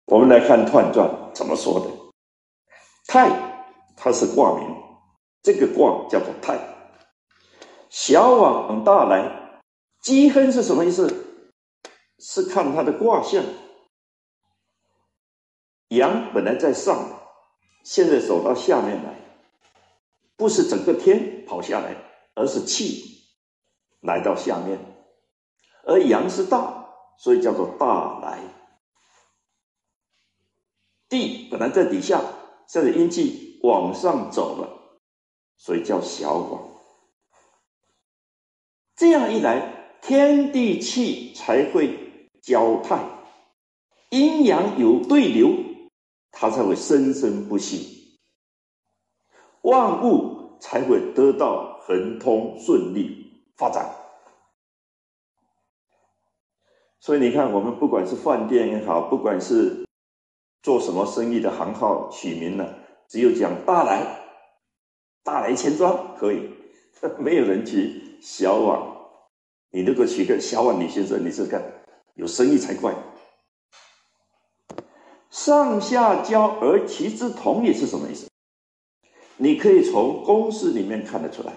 我们来看《彖传》怎么说的。太，它是卦名，这个卦叫做太。小往大来，积亨是什么意思？是看它的卦象。阳本来在上，现在走到下面来，不是整个天跑下来，而是气来到下面。而阳是大，所以叫做大来。地本来在底下，现在阴气往上走了，所以叫小往。这样一来，天地气才会交泰，阴阳有对流，它才会生生不息，万物才会得到亨通顺利发展。所以你看，我们不管是饭店也好，不管是做什么生意的行号取名了，只有讲大来，大来钱庄可以，没有人取小往。你如果取个小往李先生，你试试看，有生意才怪。上下交而其之同也是什么意思？你可以从公式里面看得出来。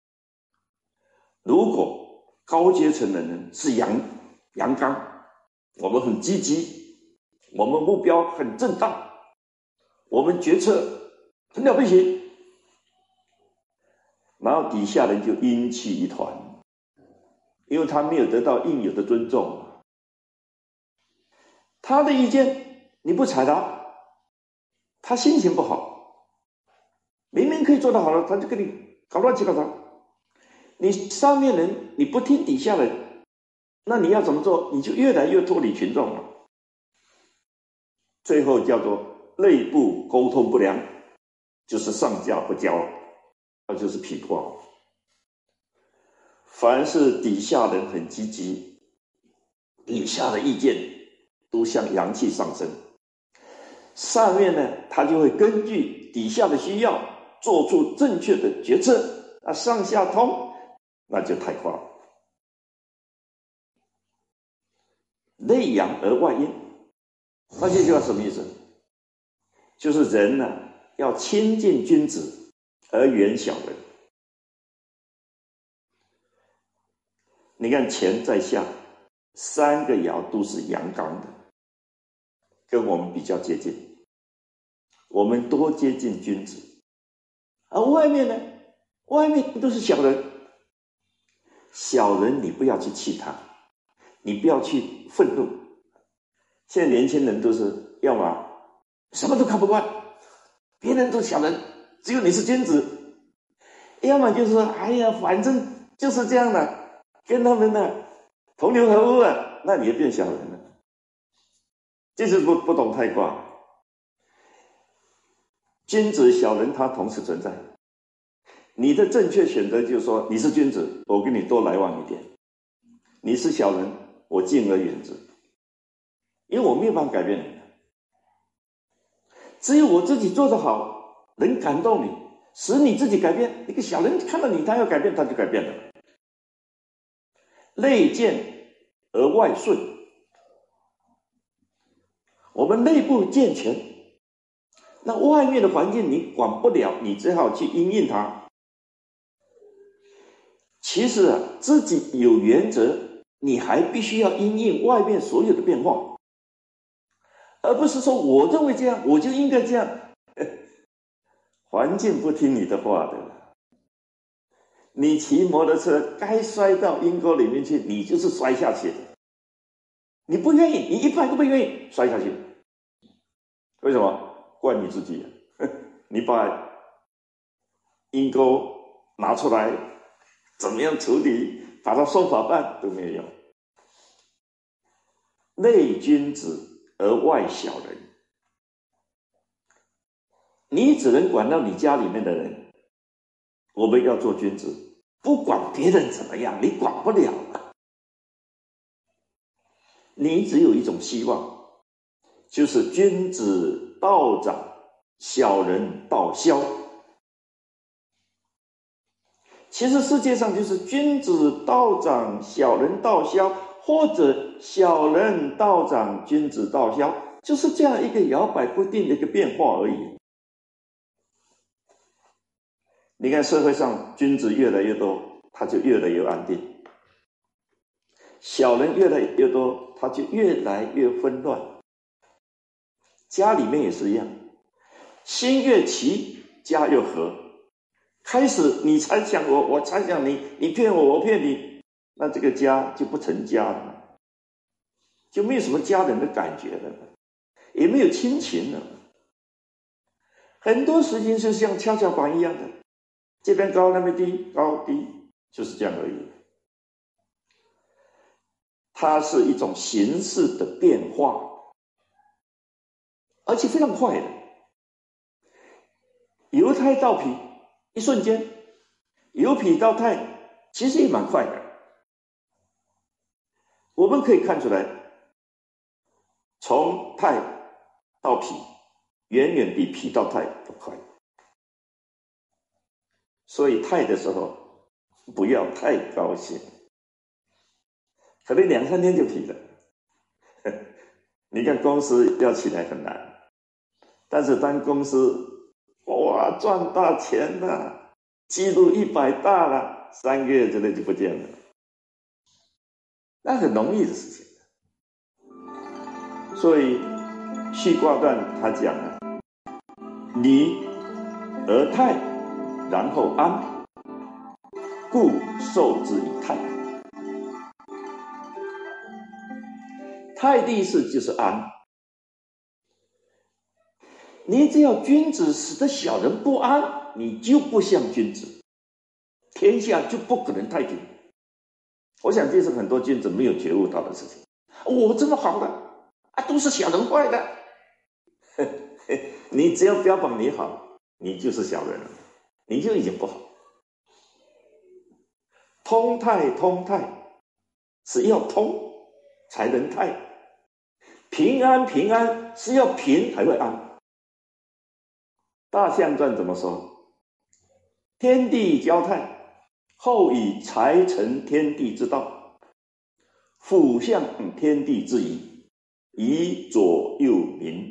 如果高阶层的人是阳刚，我们很积极，我们目标很正当，我们决策很了不起，然后底下人就阴气一团，因为他没有得到应有的尊重，他的意见你不采纳，他心情不好，明明可以做得好了，他就跟你搞乱七八糟。你上面人你不听底下人，那你要怎么做？你就越来越脱离群众了，最后叫做内部沟通不良，就是上下不交，那就是痞卦。凡是底下人很积极，底下的意见都向阳气上升，上面呢，他就会根据底下的需要做出正确的决策，上下通，那就太夸了。内阳而外阴，那这句话什么意思？就是人呢，要亲近君子而远小人。你看乾在下，三个爻都是阳刚的，跟我们比较接近，我们多接近君子。而外面呢，外面都是小人，小人你不要去气他，你不要去愤怒。现在年轻人都是要么什么都看不惯，别人都是小人，只有你是君子；要么就是说，哎呀，反正就是这样的，跟他们呢同流合污啊，那你也变小人了。这是不懂太卦。君子小人他同时存在，你的正确选择就是说，你是君子，我跟你多来往一点；你是小人，我敬而远之，因为我没有办法改变你，只有我自己做得好，能感动你，使你自己改变。一个小人看到你，他要改变，他就改变了。内健而外顺，我们内部健全，那外面的环境你管不了，你只好去因应它。其实自己有原则，你还必须要因应外面所有的变化，而不是说我认为这样我就应该这样。环境不听你的话的，你骑摩托车该摔到阴沟里面去，你就是摔下去的。你不愿意，你一半都不愿意摔下去，为什么？怪你自己。你把阴沟拿出来，怎么样处理，把它送法办都没有用。内君子而外小人，你只能管到你家里面的人。我们要做君子，不管别人怎么样，你管不了了。你只有一种希望，就是君子道长，小人道消。其实世界上就是君子道长，小人道消，或者小人道长，君子道消， 就是这样一个摇摆不定的一个变化而已。你看社会上君子越来越多，他就越来越安定；小人越来越多，他就越来越纷乱。家里面也是一样，心越齐，家越和。开始你猜想我，我猜想你，你骗我，我骗你，那这个家就不成家了，就没有什么家人的感觉了，也没有亲情了。很多事情是像跷跷板一样的，这边高那边低，高低，就是这样而已。它是一种形式的变化，而且非常快的，由胎到皮，一瞬间；由皮到胎，其实也蛮快的。我们可以看出来，从胎到皮，远远比皮到胎都快。所以胎的时候，不要太高兴，可能2-3天就皮了。你看公司要起来很难，但是当公司哇赚大钱了，记录100大了，3个月之内就不见了，那很容易的事情。所以续卦断他讲了，离而泰，然后安，故受之以泰。泰的意思就是安。你只要君子使得小人不安，你就不像君子，天下就不可能太平。我想这是很多君子没有觉悟到的事情。我这么好的啊，都是小人坏的。你只要标榜你好，你就是小人了，你就已经不好。通泰是要通才能泰，平安是要平才会安。大象传怎么说？天地交泰，后以才成天地之道，辅相天地之宜，以左右民。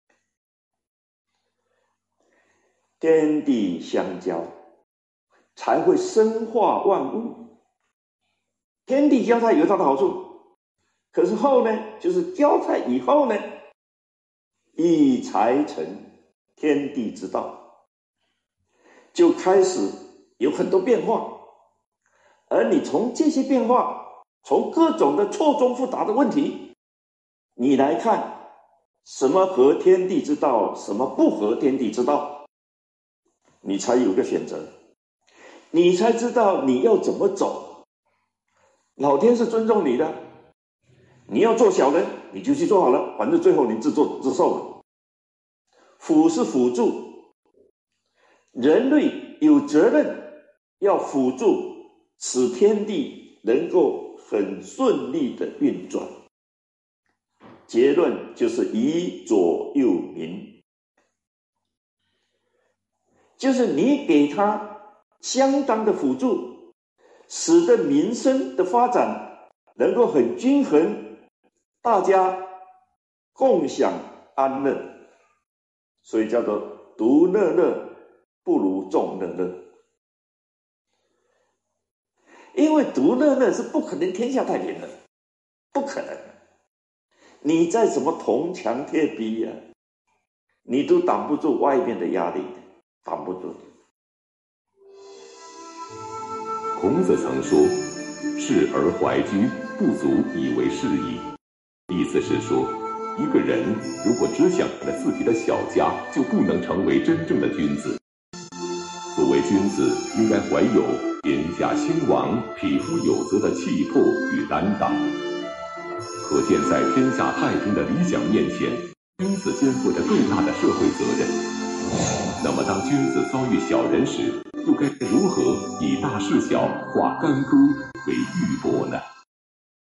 天地相交，才会生化万物。天地交泰有它的好处，可是后呢，就是交泰以后呢，以才成天地之道，就开始有很多变化。而你从这些变化，从各种的错综复杂的问题，你来看什么合天地之道，什么不合天地之道，你才有个选择，你才知道你要怎么走。老天是尊重你的，你要做小人，你就去做好了，反正最后你自作自受了。辅是辅助，人类有责任要辅助使天地能够很顺利的运转。结论就是以左右民，就是你给他相当的辅助，使得民生的发展能够很均衡，大家共享安乐。所以叫做独乐乐不如众乐乐。因为独乐乐是不可能天下太平的，不可能。你再怎么铜墙铁壁呀，你都挡不住外面的压力，挡不住。 孔子曾说：“事而怀居，不足以为是矣。”意思是说，一个人如果只想着自己的小家，就不能成为真正的君子。作为君子，应该怀有天下兴亡、匹夫有责的气魄与担当。可见，在天下太平的理想面前，君子肩负着更大的社会责任。那么，当君子遭遇小人时，又该如何以大事小，化干戈为玉帛呢？